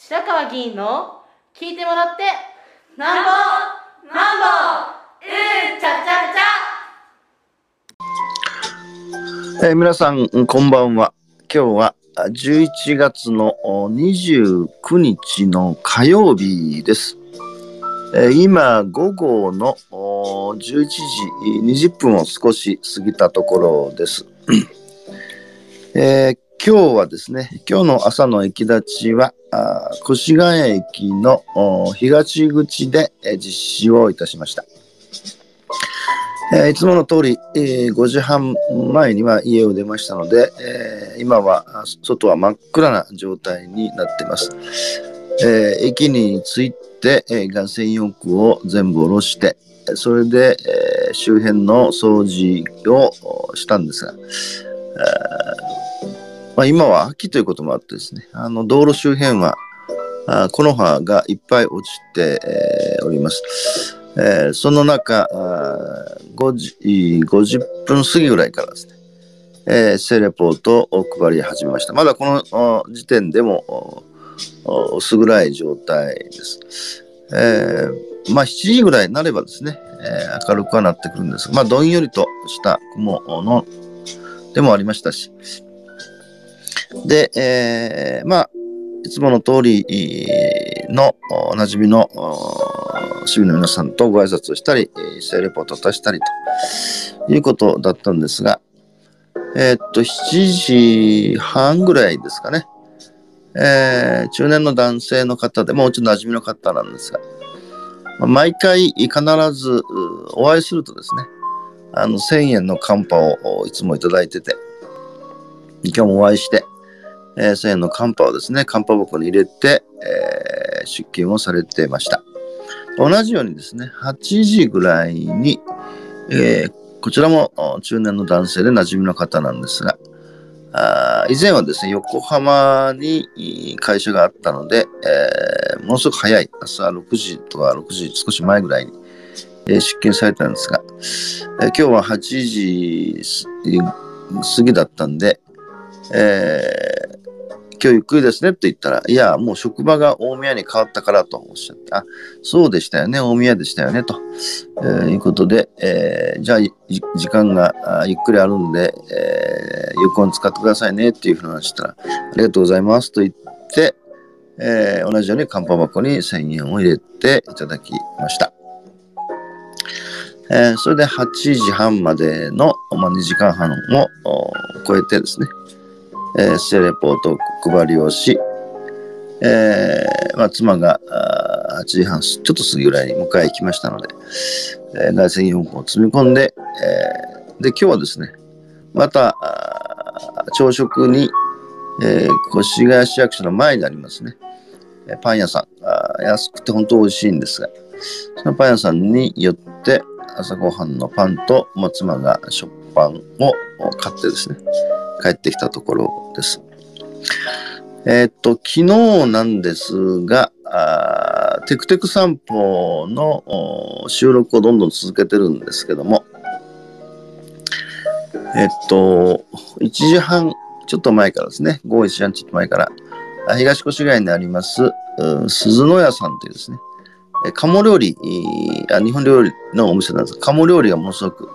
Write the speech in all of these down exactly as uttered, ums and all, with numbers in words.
白川議員の聞いてもらってなんぼなんぼうんちゃちゃちゃ、えー、皆さんこんばんは。今日はじゅういちがつのにじゅうくにちの火曜日です。えー、今午後のじゅういちじにじゅっぷんを少し過ぎたところです。えー、今日はですね、今日の朝の駅立ちは越谷駅の東口で実施をいたしました。えー、いつもの通り、えー、ごじはんまえには家を出ましたので、えー、今は外は真っ暗な状態になっています。えー、駅に着いて、えー、ガス専用区を全部下ろして、それで、えー、周辺の掃除をしたんですが、まあ、今は秋ということもあってですね、あの道路周辺はあ木の葉がいっぱい落ちて、えー、おります。えー、その中ごじごじゅっぷん過ぎぐらいからですね、えー、セレポートを配り始めました。まだこの時点でも薄暗い状態です。えー、まあしちじぐらいになればですね、えー、明るくはなってくるんですが、まあどんよりとした雲のでもありましたし、で、えー、まあいつもの通りのおなじみの市民の皆さんとご挨拶をしたり、セレポートを出したりということだったんですが、えー、っと、しちじはんぐらいですかね。えー、中年の男性の方で、もうちょっと馴染みの方なんですが、まあ、毎回必ずお会いするとですね、あのせんえんのカンパをいつもいただいてて、今日もお会いして、えー、せんえんのカンパをですね、カンパ箱に入れて、えー、出勤をされてました。同じようにですね、はちじぐらいに、えー、こちらも中年の男性で馴染みの方なんですが、あ以前はですね、横浜に会社があったので、えー、ものすごく早い朝ろくじとかろくじ少し前ぐらいに、えー、出勤されたんですが、えー、今日ははちじ過ぎだったんで、えー今日ゆっくりですねって言ったら、いや、もう職場が大宮に変わったからとおっしゃって、あ、そうでしたよね、大宮でしたよね、と、えー、いうことで、えー、じゃあ、時間がゆっくりあるんで、えー、有効に使ってくださいねっていうふうな話したら、ありがとうございますと言って、えー、同じようにカンパ箱にせんえんを入れていただきました。えー、それではちじはんまでの、まあ、にじかんはんを超えてですね、えー、セレポートを配りをし、えーまあ、妻がはちじはんちょっと過ぎぐらいに迎えに来ましたので、えー、外線よんこを積み込んで、えー、で今日はですね、また朝食に、えー、越谷市役所の前にありますね、パン屋さん、安くて本当美味しいんですが、そのパン屋さんに寄って朝ごはんのパンと、まあ、妻が食パンを買ってですね、帰ってきたところです。えー、っと、昨日なんですが、あテクテク散歩の収録をどんどん続けてるんですけども、えー、っと、いちじはんちょっと前からですね、午後いちじはんちょっと前から、東越谷にあります、鈴の屋さんというですね、鴨料理、あ日本料理のお店なんですが、鴨料理がものすごく、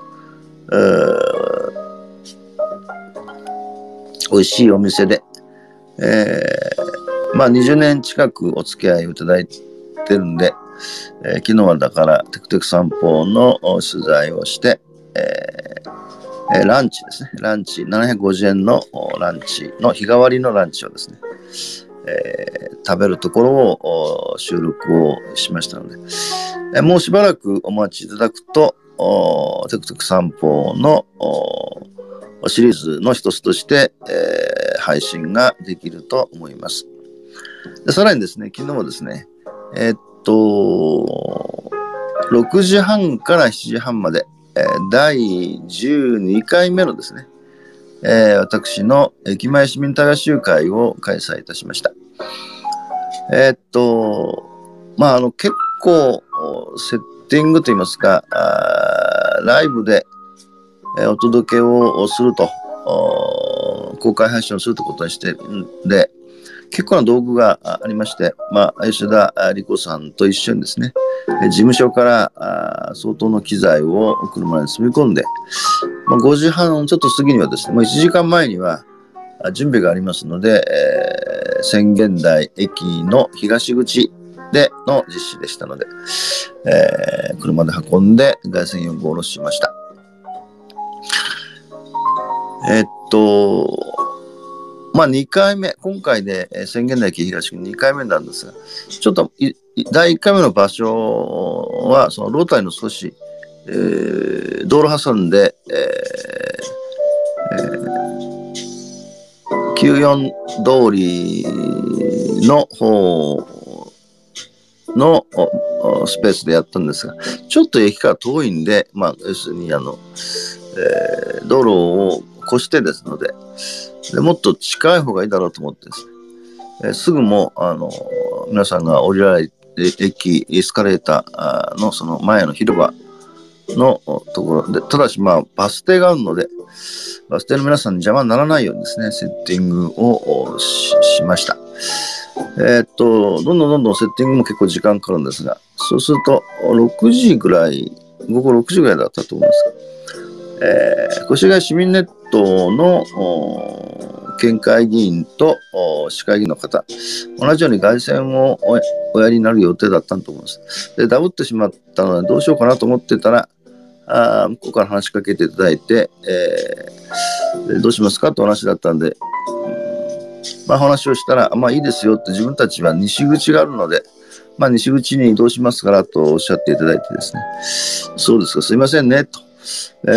美味しいお店で、えー、まあにじゅうねん近くお付き合いをいただいてるんで、えー、昨日はだからテクテク散歩の取材をして、えー、ランチですね、ランチななひゃくごじゅうえんのランチの日替わりのランチをですね、えー、食べるところを収録をしましたので、えー、もうしばらくお待ちいただくとテクテク散歩のシリーズの一つとして、えー、配信ができると思います。でさらにですね、昨日もですね、えー、っと、ろくじはんからしちじはんまで、えー、だいじゅうにかいめのですね、えー、私の駅前市民対話集会を開催いたしました。えー、っと、まあ、あの、結構、セッティングといいますか、ライブで、お届けをすると、公開配信をするということにしているんで、 結構な道具がありまして、まあ、吉田理子さんと一緒にですね、事務所から相当の機材を車に積み込んで、まあ、ごじはんちょっと過ぎにはですね、もういちじかんまえには準備がありますので、えー、浅間台駅の東口での実施でしたので、えー、車で運んで凱旋用具を下ろしました。えー、っと、まあにかいめ、今回で浅間台駅東口にかいめなんですが、ちょっとだいいっかいめの場所は、そのロータリーの少し、えー、道路挟んで、えーえー、きゅうよん通りの方のスペースでやったんですが、ちょっと駅から遠いんで、まあ、要するにあの、えー、道路を越してですので、でもっと近い方がいいだろうと思ってですね、えー、すぐもあの皆さんが降りられて駅エスカレーターのその前の広場のところで、ただしまあバス停があるので、バス停の皆さんに邪魔にならないようにですね、セッティングを し, しました。えー、っと、どんどんどんどんセッティングも結構時間かかるんですが、そうするとろくじぐらい、午後ろくじぐらいだったと思うんですが、えー、越谷市民ネットの県会議員と市会議員の方、同じように凱旋をおやりになる予定だったと思います。で、ダブってしまったのでどうしようかなと思ってたら、あ向こうから話しかけていただいて、えー、どうしますかって話だったんで、まあ、話をしたら、まあいいですよって、自分たちは西口があるので、まあ西口に移動しますからとおっしゃっていただいてですね、そうですか、すいませんね、と。え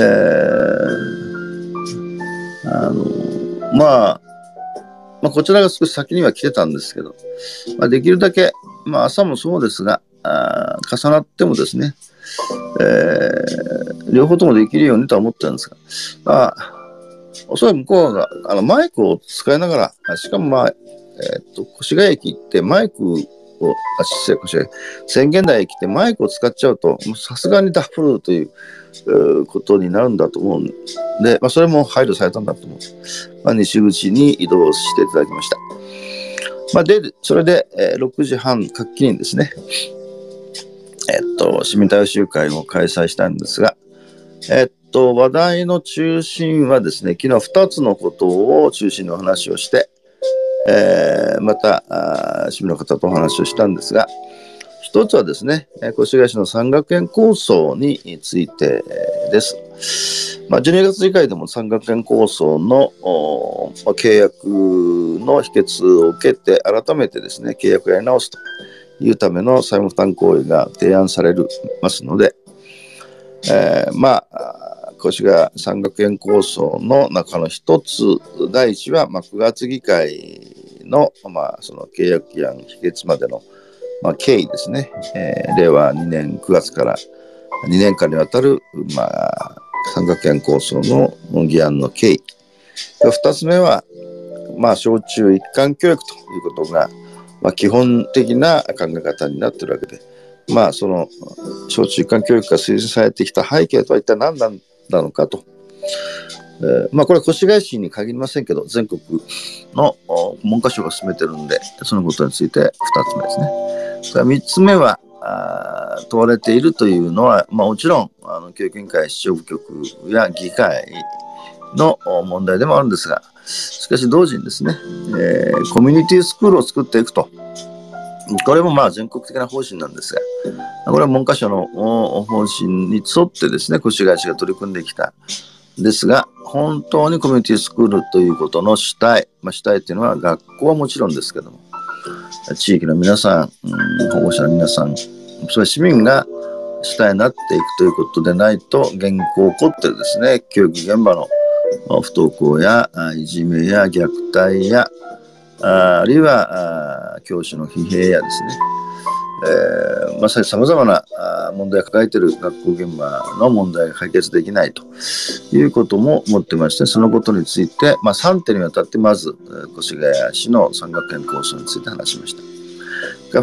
ー、あの、まあ、まあこちらが少し先には来てたんですけど、まあ、できるだけ、まあ朝もそうですが、あ重なってもですね、えー、両方ともできるようにとは思ってるんですが、まあ、おそらく向こうがあのマイクを使いながら、しかもまあ、えー、っと、越谷駅行ってマイクを、あ、失礼、越谷、浅間台駅ってマイクを使っちゃうと、さすがにダブルという、うことになるんだと思うんで、まあ、それも配慮されたんだと思う。まあ、西口に移動していただきました。まあ、で、それで、えー、ろくじはん、活気にですね、えー、っと、市民対応集会を開催したんですが、えー、っと、話題の中心はですね、昨日ふたつのことを中心にお話をして、えー、また、市民の方とお話をしたんですが、一つはですね、越谷市の産学園構想についてです。まあ、じゅうにがつ議会でも産学園構想の契約の否決を受けて、改めてですね、契約をやり直すというための債務負担行為が提案されますので、えー、まあ、越谷産学園構想の中の一つ、第一は、まあ、くがつ議会の、まあ、その契約案否決までの、まあ、経緯ですね、えー、れいわにねんくがつからにねんかんにわたる、まあ、産学園構想の議案の経緯。二つ目は、まあ、小中一貫教育ということが、まあ、基本的な考え方になっているわけで、まあ、その小中一貫教育が推進されてきた背景とは一体何なのかと。えー、まあ、これは越谷市に限りませんけど、全国の文科省が進めてるんで、そのことについてふたつめですね。それからみっつめは、あ問われているというのは、まあ、もちろんあの教育委員会、市長部局や議会の問題でもあるんですが、しかし同時にですね、えー、コミュニティスクールを作っていくと。これもまあ全国的な方針なんですが、これは文科省の方針に沿ってですね、越谷市が取り組んできた。ですが、本当にコミュニティスクールということの主体、まあ、主体というのは学校はもちろんですけども、地域の皆さん、うん、保護者の皆さん、それ市民が主体になっていくということでないと、現行起こってるですね、教育現場の不登校やいじめや虐待や、あ, あるいは教師の疲弊やですね、えー、まさに様々な問題を抱えている学校現場の問題が解決できないということも思ってまして、そのことについて、まあ、さんてんにわたってまず越谷市の産学園構想について話しました。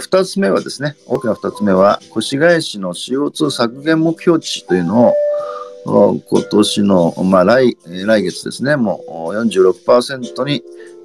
ふたつめはですね、大きなふたつめは越谷市の シーオーツー 削減目標値というのを今年の、まあ、来, 来月ですね、もう よんじゅうろくパーセント に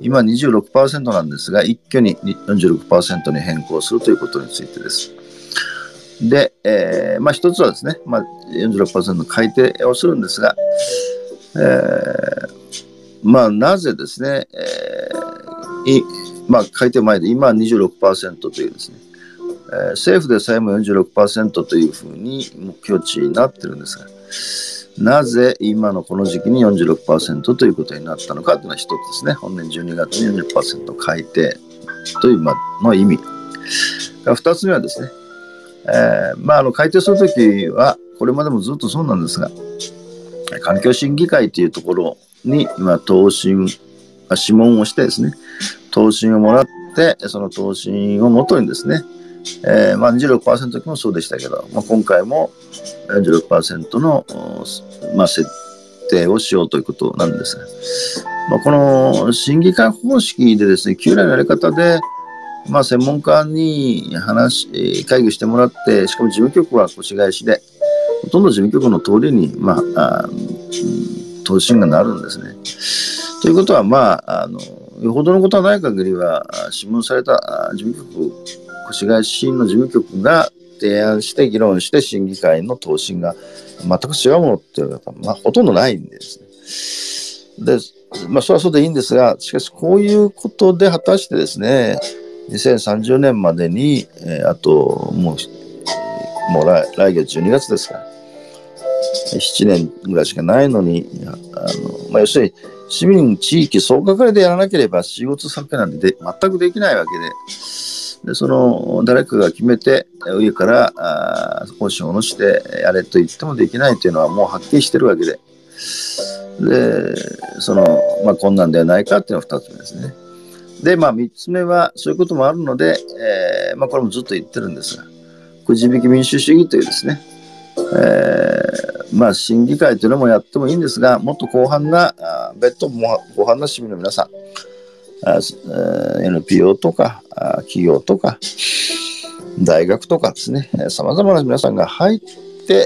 今 にじゅうろくパーセント なんですが、一挙に よんじゅうろくパーセント に変更するということについてです。で、えー、まあ一つはですね、まあ、よんじゅうろくパーセント 改定をするんですが、えー、まあなぜですね、えー、いまあ改定前で今 にじゅうろくパーセント というですね、えー、政府でさえも よんじゅうろくパーセント というふうに目標値になってるんですが、なぜ今のこの時期に よんじゅうろくパーセント ということになったのかというのは一つですね。本年じゅうにがつに よんじゅっパーセント 改定というの意味。二つ目はですね、えー、まああの改定するときはこれまでもずっとそうなんですが、環境審議会というところに今答申、諮問をしてですね、答申をもらって、その答申をもとにですね、えーまあ、にじゅうろくパーセント の時もそうでしたけど、まあ、今回も よんじゅうろくパーセント の、まあ、設定をしようということなんですが、まあ、この審議会方式でですね、旧来のやり方で、まあ、専門家に話、会議してもらって、しかも事務局は越谷市で、ほとんど事務局の通りに、まあ、あ答申がなるんですね。ということは、まあ、あの、よほどのことはない限りは、諮問された事務局、越谷市の事務局が提案して議論して審議会の答申が全く違うものっていうのは、まあ、ほとんどないんですね。で、まあ、それはそうでいいんですが、しかしこういうことで果たしてですね、にせんさんじゅうねんまでに、えー、あともう、もう 来, 来月じゅうにがつですから、ななねんぐらいしかないのに、あの、まあ、要するに市民地域総掛かりでやらなければ シーオーツー 削減なんてで全くできないわけで、で、その誰かが決めて上から方針を下ろしてやれと言ってもできないというのはもうはっきりしてるわけで、で、その、まあ、困難ではないかっていうのがふたつめですね。で、まあ、みっつめはそういうこともあるので、えー、まあ、これもずっと言ってるんですが、くじ引き民主主義というですね、えー、まあ、審議会というのもやってもいいんですが、もっと広範な、別途広範な市民の皆さん、エヌピーオー とか企業とか大学とかですね、さまざまな皆さんが入って、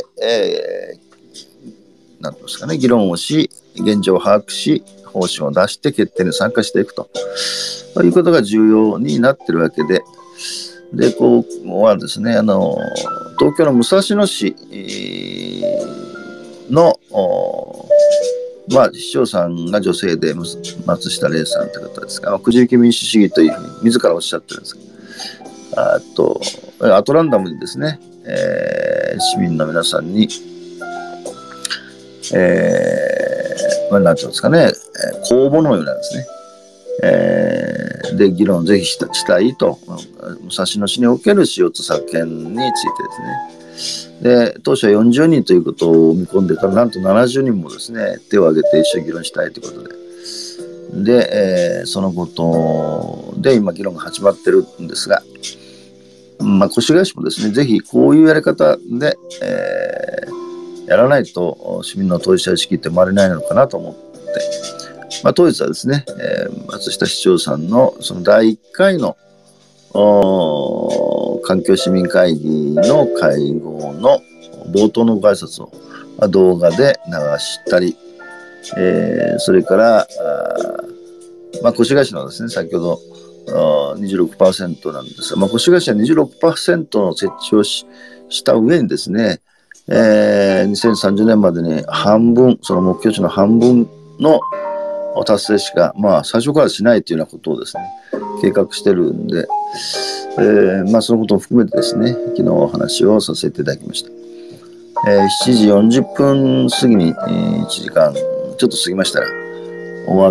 えー、なんていうんですかね、議論をし、現状を把握し、方針を出して決定に参加していくと、そういうことが重要になっているわけで、で、ここはですね、あの、東京の武蔵野市の、まあ、市長さんが女性で、松下玲さんという方ですが、くじ引き民主主義というふうに自らおっしゃってるんですが、あと、アトランダムにですね、えー、市民の皆さんに、えー、まあ、なんていうんですかね、公募のようなですね、えー、で、議論をぜひした、したいと、武蔵野市における シーオーツー 削減についてですね、で、当初はよんじゅうにんということを見込んでたら、なんとななじゅうにんもですね、手を挙げて一緒に議論したいということで、で、えー、そのことで今議論が始まってるんですが、まあ、越谷市もですね、ぜひこういうやり方で、えー、やらないと市民の当事者意識って生まれないのかなと思って、まあ、当日はですね、えー、松下市長さんのそのだいいっかいの環境市民会議の会合の冒頭のご挨拶を動画で流したり、えー、それから、まあ、越谷市のですね、先ほど にじゅうろくパーセント なんですが、まあ、越谷市は にじゅうろくパーセント の設置を し, した上にですね、えー、にせんさんじゅうねんまでに半分、その目標値の半分の達成しか、まあ、最初からしないというようなことをですね、計画してるんで、えー、まあ、そのことを含めてですね、昨日お話をさせていただきました。えー、しちじよんじゅっぷん過ぎに、えー、いちじかんちょっと過ぎましたら終わって、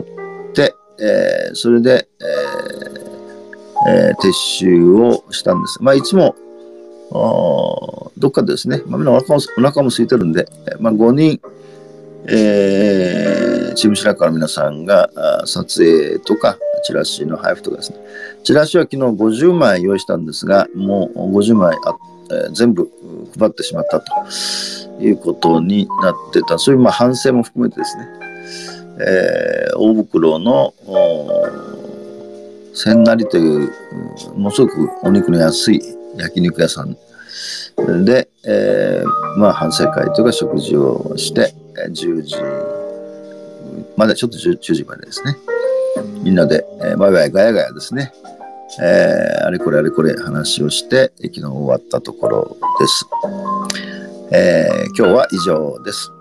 えー、それで、えーえー、撤収をしたんです。まあ、いつも、どっかでですね、まあ、みんなお腹も、お腹も空いてるんで、まあ、ごにん、えー、チーム白川の皆さんが撮影とかチラシの配布とかですね、チラシは昨日ごじゅうまい用意したんですが、もうごじゅうまいあ、えー、全部配ってしまったということになってた。そういうまあ反省も含めてですね、えー、大袋の千成というものすごくお肉の安い焼肉屋さんで、えー、まあ反省会というか食事をしてじゅうじまで、ちょっとじゅうじまでですね。 みんなで、えー、ワイワイガヤガヤですね、えー、あれこれあれこれ話をして、昨日終わったところです。えー、今日は以上です。